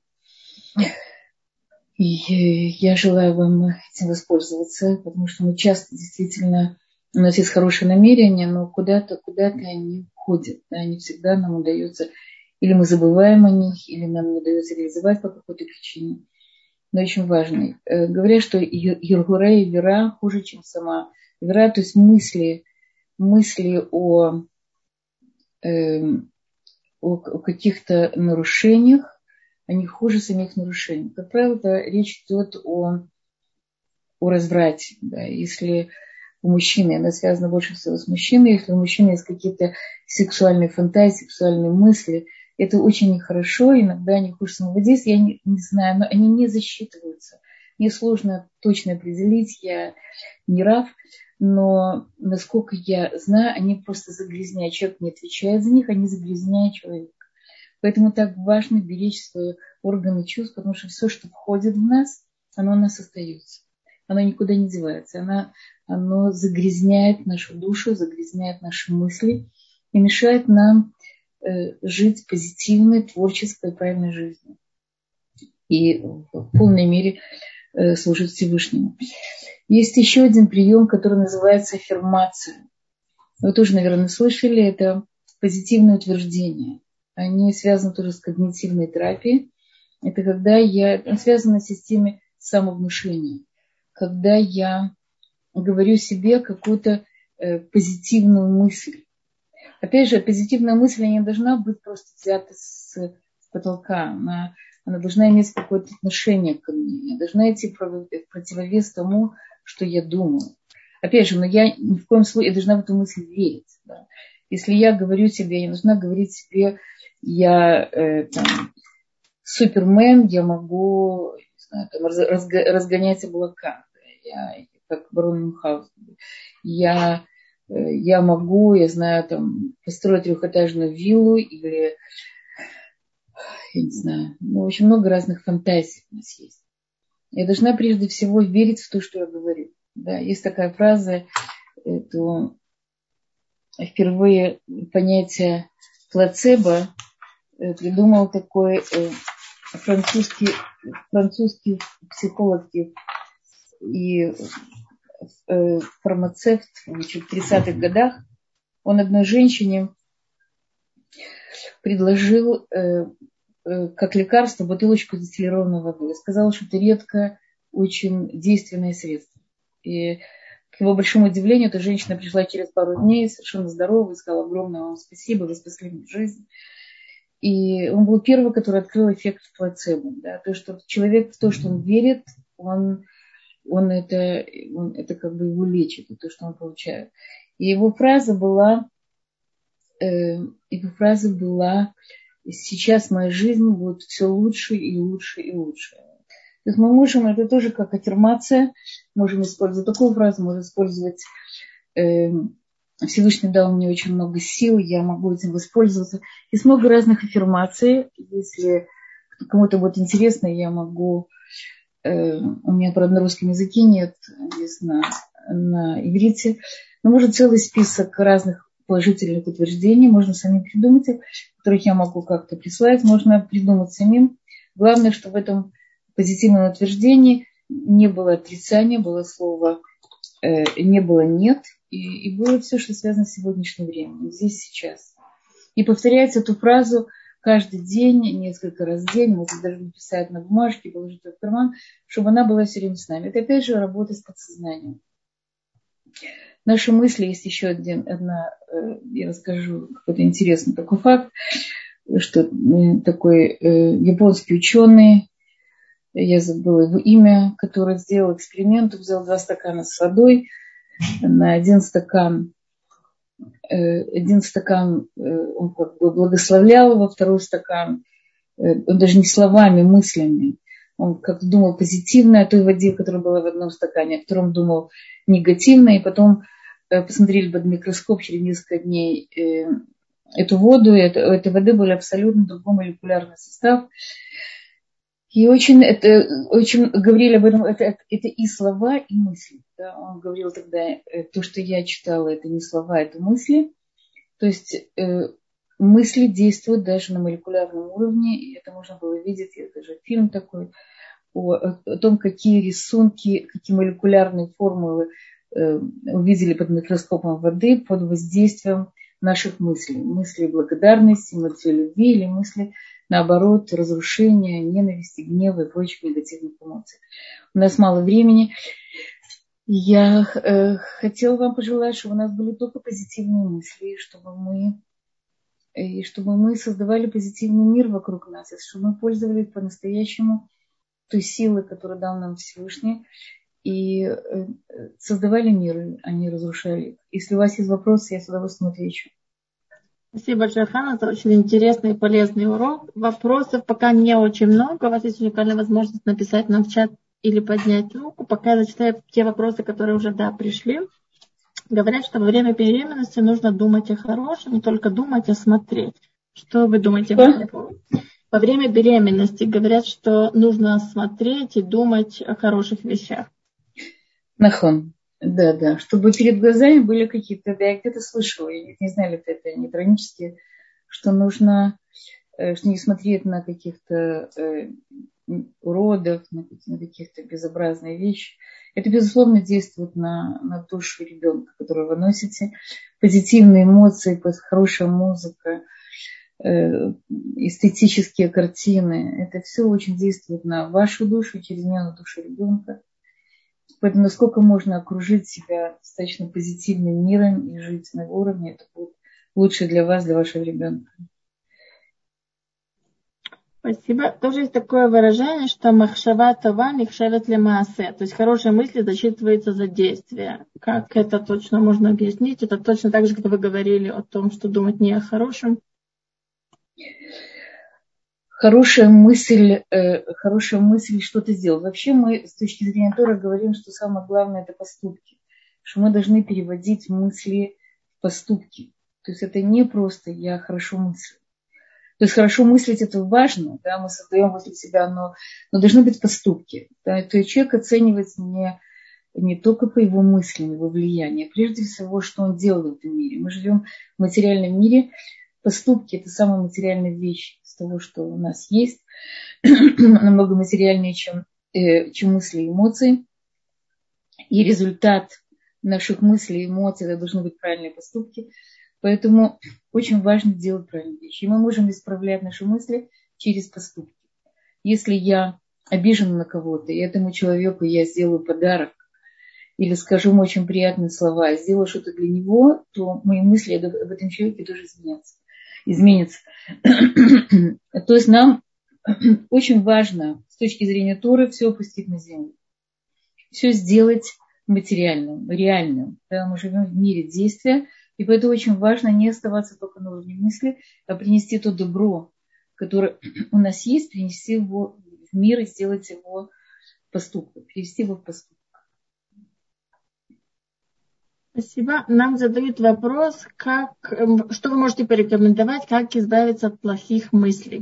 И я желаю вам этим воспользоваться, потому что мы часто действительно, у нас есть хорошие намерения, но куда-то, куда-то они уходят. Да, не всегда нам удается, или мы забываем о них, или нам не удается реализовать по какой-то причине. Но очень важный. Говорят, что Юргура и вера хуже, чем сама вера, то есть мысли, мысли о, э, о каких-то нарушениях, они хуже самих нарушений. Как правило, речь идет о, о разврате. Да. Если у мужчины, она связана больше всего с мужчиной, если у мужчины есть какие-то сексуальные фантазии, сексуальные мысли, это очень нехорошо, иногда они хуже самого действия, я не, не знаю, но они не засчитываются. Мне сложно точно определить, я не рав, но насколько я знаю, они просто загрязняют. Человек не отвечает за них, они загрязняют человека. Поэтому так важно беречь свои органы чувств, потому что все, что входит в нас, оно у нас остается. оно никуда не девается. Оно, оно загрязняет нашу душу, загрязняет наши мысли и мешает нам э, жить позитивной, творческой, правильной жизнью. И в полной мере э, служить Всевышнему. Есть еще один прием, который называется аффирмация. Вы тоже, наверное, слышали, это позитивное утверждение. Они связаны тоже с когнитивной терапией. Это когда я... связано с системой самовнушения. Когда я говорю себе какую-то э, позитивную мысль. Опять же, позитивная мысль не должна быть просто взята с, с потолка. Она, она должна иметь какое-то отношение ко мне. Она должна идти в противовес тому, что я думаю. Опять же, но я ни в коем случае я должна в эту мысль верить. Да. Если я говорю себе, я должна говорить себе, я э, там, супермен, я могу не знаю, там, разго, разгонять облака. Я, как барон Мюнхгаузен. Я, э, я могу, я знаю, там, построить трехэтажную виллу или, я не знаю, ну, очень много разных фантазий у нас есть. Я должна прежде всего верить в то, что я говорю. Да, есть такая фраза, это впервые понятие плацебо придумал такой французский, французский психолог и фармацевт значит, в тридцатых годах. Он одной женщине предложил как лекарство бутылочку дистиллированной воды. Сказал, что это редко очень действенное средство. И к его большому удивлению, эта женщина пришла через пару дней, совершенно здоровая, и сказала огромное вам спасибо, вы спасли мне жизнь. И он был первый, который открыл эффект плацебо. Да? То, что человек в то, что он верит, он, он, это, он это как бы его лечит, и то, что он получает. И его фраза была, э, его фраза была, сейчас моя жизнь будет все лучше и лучше и лучше. То есть мы можем, это тоже как аффирмация, можем использовать такую фразу, можем использовать э, Всевышний дал мне очень много сил, я могу этим воспользоваться. Есть много разных аффирмаций. Если кому-то будет интересно, я могу... Э, у меня, правда, на русском языке нет, есть на, на иврите. Но может целый список разных положительных утверждений. Можно самим придумать их, которых я могу как-то прислать. Можно придумать самим. Главное, что в этом позитивном утверждении не было отрицания, было слово э, не было нет, и, и было все, что связано с сегодняшним временем, здесь, сейчас. И повторять эту фразу каждый день, несколько раз в день, можно даже написать на бумажке, положить в карман, чтобы она была все время с нами. Это опять же работа с подсознанием. Наши мысли, есть еще один, одна, э, я расскажу какой-то интересный такой факт, что э, такой э, японский ученый, я забыла его имя, который сделал эксперимент, взял два стакана с водой, на один стакан, один стакан он как бы благословлял, во второй стакан, он даже не словами, мыслями, он как-то думал позитивно о той воде, которая была в одном стакане, а втором думал негативно, и потом посмотрели под микроскоп через несколько дней эту воду, и это, у этой воды был абсолютно другой молекулярный состав. И очень, это, очень говорили об этом, это, это, это и слова, и мысли. Да? Он говорил тогда, то, что я читала, это не слова, это мысли. То есть э, мысли действуют даже на молекулярном уровне, и это можно было видеть, это же фильм такой, о, о том, какие рисунки, какие молекулярные формулы э, увидели под микроскопом воды под воздействием наших мыслей. Мысли благодарности, мысли любви или мысли, наоборот, разрушения, ненависти, гнева и прочих негативных эмоций. У нас мало времени. Я э, хотела вам пожелать, чтобы у нас были только позитивные мысли, чтобы мы, и чтобы мы создавали позитивный мир вокруг нас, чтобы мы пользовались по-настоящему той силой, которую дал нам Всевышний, и э, создавали мир, а не разрушали их. Если у вас есть вопросы, я с удовольствием отвечу. Спасибо большое, Ханна. Это очень интересный и полезный урок. Вопросов пока не очень много. У вас есть уникальная возможность написать нам в чат или поднять руку. Пока я зачитаю те вопросы, которые уже, да, пришли. Говорят, что во время беременности нужно думать о хорошем, не только думать, а смотреть. Что вы думаете по этому поводу? Во время беременности говорят, что нужно смотреть и думать о хороших вещах. Нахон. Да, да. Чтобы перед глазами были какие-то, да, я где-то слышала, я не знаю, ли это не хронически, что нужно, что не смотреть на каких-то э, уродов, на, на каких-то безобразные вещи. Это, безусловно, действует на, на душу ребенка, которого вы носите. Позитивные эмоции, хорошая музыка, э, эстетические картины. Это все очень действует на вашу душу, через нее на душу ребенка. Поэтому насколько можно окружить себя достаточно позитивным миром и жить на его уровне, это будет лучше для вас, для вашего ребенка. Спасибо. Тоже есть такое выражение, что махшава това михшевет лемаасе. То есть хорошие мысли зачитываются за действие. Как это точно можно объяснить? Это точно так же, как вы говорили о том, что думать не о хорошем. Хорошая мысль, э, хорошая мысль что-то сделать. Вообще мы с точки зрения Тора говорим, что самое главное это поступки. Что мы должны переводить мысли в поступки. То есть это не просто я хорошо мыслю. То есть хорошо мыслить это важно, да, мы создаем возле себя, но, но должны быть поступки. Да, то есть человек оценивается не, не только по его мыслям, его влиянию, а прежде всего, что он делает в этом мире. Мы живем в материальном мире, поступки – это самая материальная вещь из того, что у нас есть, намного материальнее, чем, э, чем мысли и эмоции. И результат наших мыслей и эмоций – это должны быть правильные поступки. Поэтому очень важно делать правильные вещи. И мы можем исправлять наши мысли через поступки. Если я обижена на кого-то, и этому человеку я сделаю подарок, или скажу ему очень приятные слова, сделаю что-то для него, то мои мысли об этом человеке тоже изменятся. изменятся. То есть нам очень важно с точки зрения Торы все опустить на землю. Все сделать материальным, реальным. Да, мы живем в мире действия, и поэтому очень важно не оставаться только на уровне мысли, а принести то добро, которое у нас есть, принести его в мир и сделать его поступком, перевести его в поступок. Спасибо. Нам задают вопрос, как, что вы можете порекомендовать, как избавиться от плохих мыслей?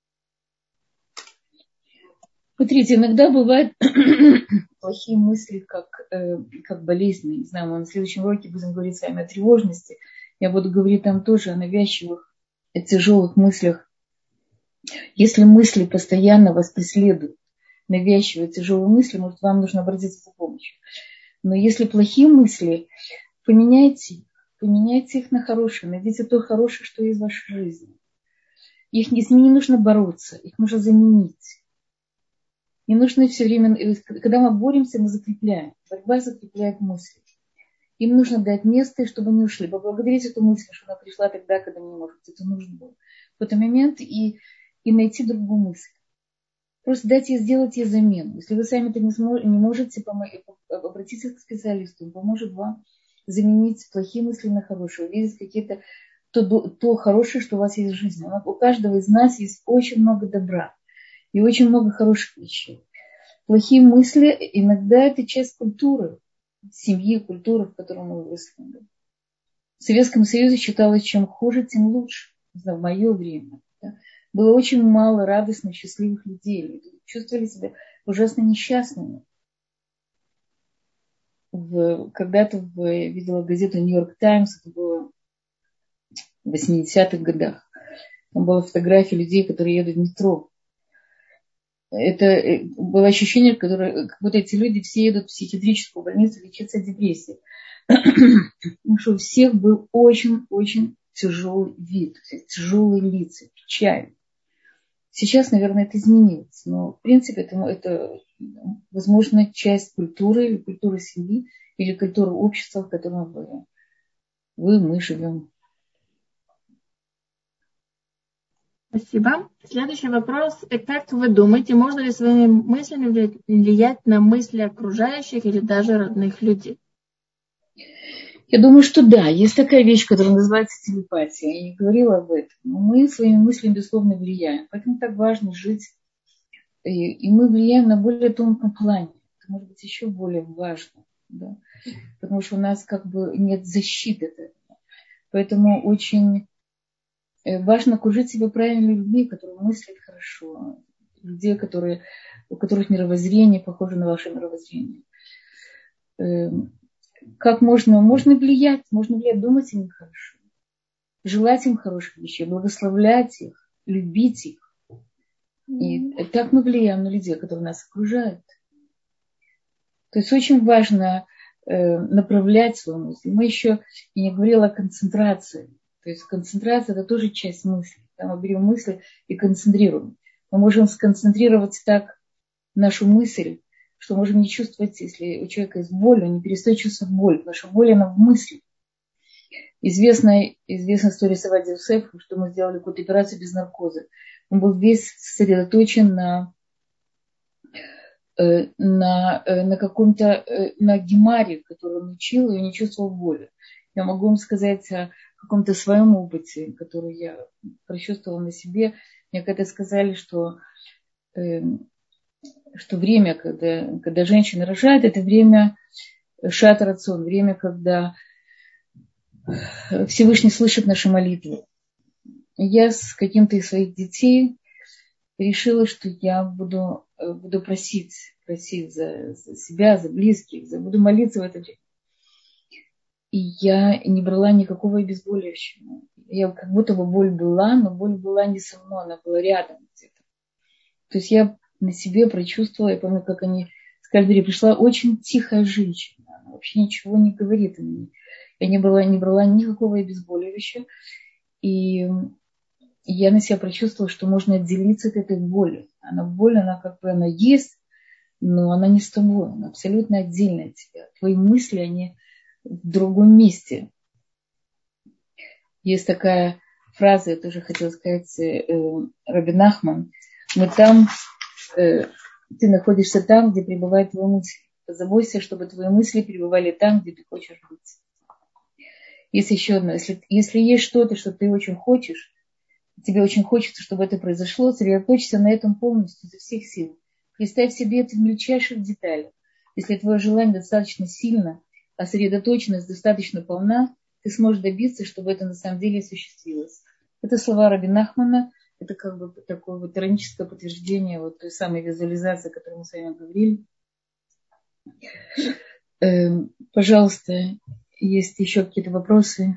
Смотрите, иногда бывают плохие мысли, как, э, как болезни. Не знаю, мы на следующем уроке будем говорить с вами о тревожности. Я буду говорить там тоже о навязчивых, о тяжелых мыслях. Если мысли постоянно вас преследуют, навязчивые тяжелые мысли, может, вам нужно обратиться за помощью. Но если плохие мысли, поменяйте их, поменяйте их на хорошие, найдите то хорошее, что есть в вашей жизни. Их, с ними не нужно бороться, их нужно заменить. Не нужно все время, когда мы боремся, мы закрепляем. Борьба закрепляет мысли. Им нужно дать место, чтобы они ушли. Поблагодарить эту мысль, что она пришла тогда, когда мне, может быть, это нужно было. В этот момент и, и найти другую мысль. Просто дайте ей, сделать ей замену. Если вы сами это не, сможете, не можете, обратитесь к специалисту. Он поможет вам заменить плохие мысли на хорошие. Увидеть какие-то то, то хорошее, что у вас есть в жизни. У каждого из нас есть очень много добра. И очень много хороших вещей. Плохие мысли иногда это часть культуры, семьи, культуры, в которой мы выросли. В Советском Союзе считалось, чем хуже, тем лучше. Не знаю, в мое время. Да. Было очень мало радостных, счастливых людей. Люди чувствовали себя ужасно несчастными. В, когда-то в, я видела газету «Нью-Йорк Таймс», это было в восьмидесятых годах. Там была фотография людей, которые едут в метро. Это было ощущение, которое, как будто эти люди все едут в психиатрическую больницу лечиться от депрессии. Потому что у всех был очень-очень тяжелый вид, тяжелые лица, печаль. Сейчас, наверное, это изменилось. Но, в принципе, это, это возможно, часть культуры, или культуры семьи, или культуры общества, в котором вы, вы мы живем. Спасибо. Следующий вопрос. Как вы думаете, можно ли своими мыслями влиять на мысли окружающих или даже родных людей? Я думаю, что да. Есть такая вещь, которая называется телепатия. Я не говорила об этом. Но мы своими мыслями, безусловно, влияем. Поэтому так важно жить. И, и мы влияем на более тонком плане. Это может быть еще более важно. Да? Потому что у нас как бы нет защиты от этого. Поэтому очень важно окружить себя правильными людьми, которые мыслят хорошо. Людей, которые, у которых мировоззрение похоже на ваше мировоззрение. э, как можно, можно влиять, можно влиять, думать о них хорошо, желать им хороших вещей, благословлять их, любить их. И так мы влияем на людей, которые нас окружают. То есть очень важно э, направлять свою мысль. Мы еще, я не говорила о концентрации. То есть концентрация – это тоже часть мысли. Да, мы берем мысли и концентрируем. Мы можем сконцентрировать так нашу мысль, что можем не чувствовать, если у человека есть боль, он не перестает чувствовать боль, потому что боль, она в мысли. Известная, известная история Савадия Юсефа, что мы сделали какую-то операцию без наркоза. Он был весь сосредоточен на, на, на каком-то, на гемаре, который он учил, и не чувствовал боли. Я могу вам сказать о каком-то своем опыте, который я прочувствовала на себе. Мне когда сказали, что, что время, когда, когда женщина рожает, это время шат рацион, время, когда Всевышний слышит наши молитвы. Я с каким-то из своих детей решила, что я буду, буду просить, просить за, за себя, за близких, за, буду молиться в это время. И я не брала никакого обезболивающего. Я как будто бы боль была, но боль была не со мной, она была рядом где-то. То есть я на себе прочувствовала, я помню, как они сказали, пришла очень тихая женщина, она вообще ничего не говорит о мне. Я не брала, не брала никакого обезболивающего. И я на себя прочувствовала, что можно отделиться от этой боли. Она боль, она как бы она есть, но она не с тобой, она абсолютно отдельная от тебя. Твои мысли, они в другом месте. Есть такая фраза, я тоже хотела сказать, э, Раби Нахман. Мы там, э, ты находишься там, где пребывают твои мысли. Позаботься, чтобы твои мысли пребывали там, где ты хочешь быть. Есть еще одно. Если, если есть что-то, что ты очень хочешь, тебе очень хочется, чтобы это произошло, сосредоточься на этом полностью, изо всех сил. Представь себе это в мельчайших деталях. Если твое желание достаточно сильно, а сосредоточенность достаточно полна, ты сможешь добиться, чтобы это на самом деле осуществилось. Это слова Раби Нахмана, это как бы такое вот ироническое подтверждение вот той самой визуализации, о которой мы с вами говорили. Э, пожалуйста, есть еще какие-то вопросы?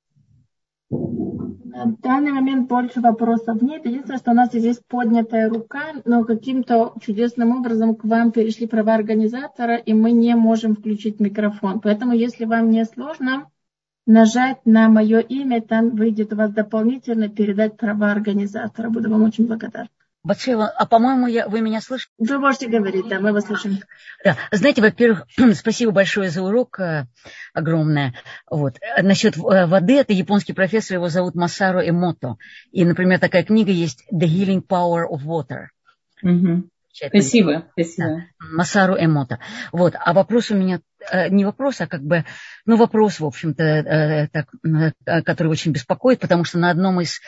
В данный момент больше вопросов нет. Единственное, что у нас здесь поднятая рука, но каким-то чудесным образом к вам перешли права организатора, и мы не можем включить микрофон. Поэтому, если вам не сложно, нажать на мое имя, там выйдет у вас дополнительно передать права организатора. Буду вам очень благодарна. Батшева, а по-моему, я, вы меня слышите? Вы можете говорить, да, мы вас слышим. Да, знаете, во-первых, спасибо большое за урок, огромное. Вот. Насчет воды, это японский профессор, его зовут Масару Эмото. И, например, такая книга есть «The Healing Power of Water». Угу. Спасибо, спасибо. Да, Масару Эмото. Вот, а вопрос у меня, не вопрос, а как бы, ну, вопрос, в общем-то, так, который очень беспокоит, потому что на одном из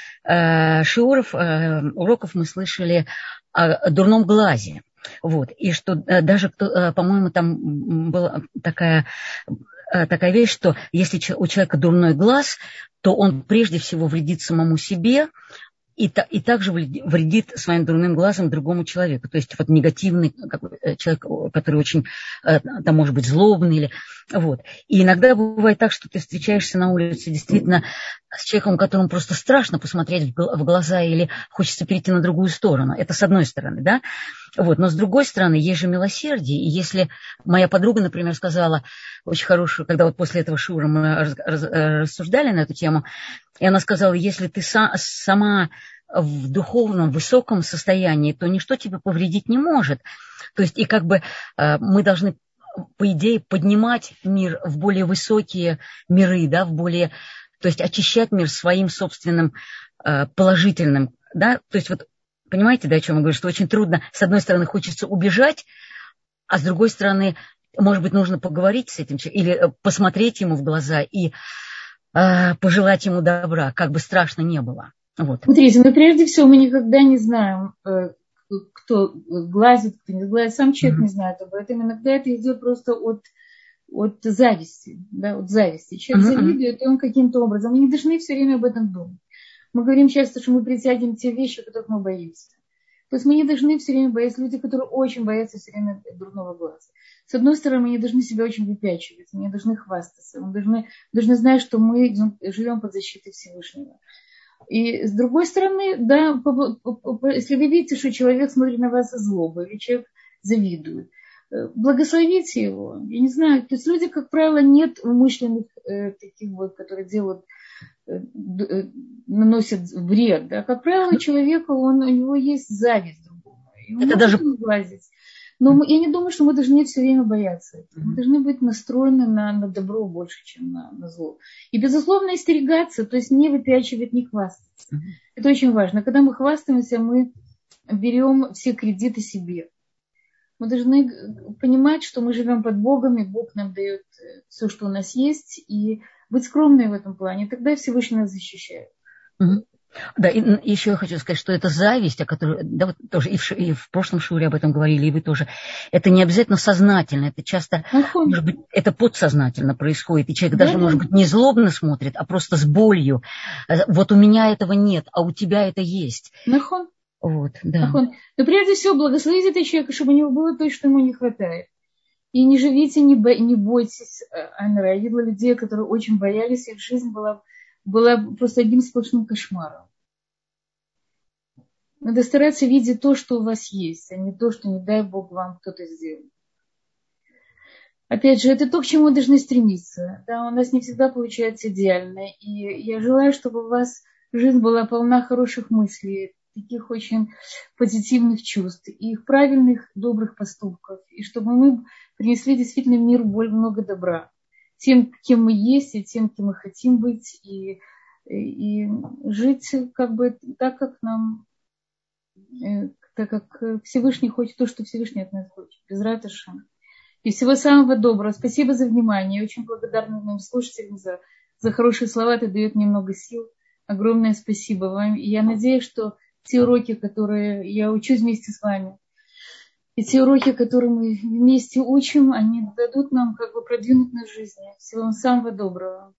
шиуров, уроков мы слышали о дурном глазе. Вот. И что даже, по-моему, там была такая, такая вещь, что если у человека дурной глаз, то он прежде всего вредит самому себе, И, та, и также вредит своим дурным глазом другому человеку. То есть вот негативный человек, который очень, там, может быть, злобный. Или, вот. И иногда бывает так, что ты встречаешься на улице действительно с человеком, которому просто страшно посмотреть в глаза или хочется перейти на другую сторону. Это с одной стороны, да? Вот. Но с другой стороны, есть же милосердие. И если моя подруга, например, сказала очень хорошую, когда вот после этого шиура мы раз, раз, рассуждали на эту тему, и она сказала, если ты са, сама в духовном, высоком состоянии, то ничто тебе повредить не может. То есть и как бы э, мы должны, по идее, поднимать мир в более высокие миры, да, в более, то есть очищать мир своим собственным э, положительным, да, то есть вот, понимаете, да, о чем я говорю, что очень трудно, с одной стороны, хочется убежать, а с другой стороны, может быть, нужно поговорить с этим человеком или посмотреть ему в глаза и пожелать ему добра, как бы страшно не было. Вот. Смотрите, ну прежде всего мы никогда не знаем, кто глазит, кто не глазит. Сам человек mm-hmm. не знает об этом. Иногда это идет просто от, от зависти. Да, от зависти. Человек mm-hmm. завидует, и он каким-то образом. Мы не должны все время об этом думать. Мы говорим часто, что мы притягиваем те вещи, которых мы боимся. То есть мы не должны все время бояться, люди, которые очень боятся все время дурного глаза. С одной стороны, мы не должны себя очень выпячивать, мы не должны хвастаться, мы должны, должны знать, что мы живем под защитой Всевышнего. И с другой стороны, да, если вы видите, что человек смотрит на вас со злобой, или человек завидует, благословите его. Я не знаю, то есть люди, как правило, нет умышленных э, таких вот, которые делают, э, э, наносят вред. Да? Как правило, человеку, он, у него есть зависть другому. Это даже... глазить. Но мы, я не думаю, что мы должны все время бояться этого. Мы должны быть настроены на, на добро больше, чем на, на зло. И, безусловно, остерегаться, то есть не выпячивать, не хвастаться. Mm-hmm. Это очень важно. Когда мы хвастаемся, мы берем все кредиты себе. Мы должны понимать, что мы живем под Богом, и Бог нам дает все, что у нас есть, и быть скромной в этом плане. Тогда Всевышний нас защищает. Mm-hmm. Да, и еще я хочу сказать, что это зависть, о которой, да, вот тоже и в, и в прошлом шуре об этом говорили, и вы тоже, это не обязательно сознательно, это часто, Нахон. может быть, это подсознательно происходит, и человек да, даже, да. может быть, не злобно смотрит, а просто с болью. Вот у меня этого нет, а у тебя это есть. Нахон. Вот, да. Нахон. Но прежде всего благословите этого человека, чтобы у него было то, что ему не хватает. И не живите, не, бо, не бойтесь. Анра, я видела людей, которые очень боялись, их жизнь была... была просто одним сплошным кошмаром. Надо стараться видеть то, что у вас есть, а не то, что, не дай Бог, вам кто-то сделал. Опять же, это то, к чему мы должны стремиться. Да, у нас не всегда получается идеально. И я желаю, чтобы у вас жизнь была полна хороших мыслей, таких очень позитивных чувств, и их правильных, добрых поступков. И чтобы мы принесли действительно в мир много добра. Тем, кем мы есть, и тем, кем мы хотим быть, и, и, и жить как бы так, как нам, так как Всевышний хочет, то, что Всевышний от нас хочет. Безрат Ашем. И всего самого доброго. Спасибо за внимание. Я очень благодарна моим слушателям за, за хорошие слова. Это дает мне много сил. Огромное спасибо вам. И я надеюсь, что те уроки, которые я учусь вместе с вами, и те уроки, которые мы вместе учим, они дадут нам как бы продвинуть нашу жизнь. Всего вам самого доброго.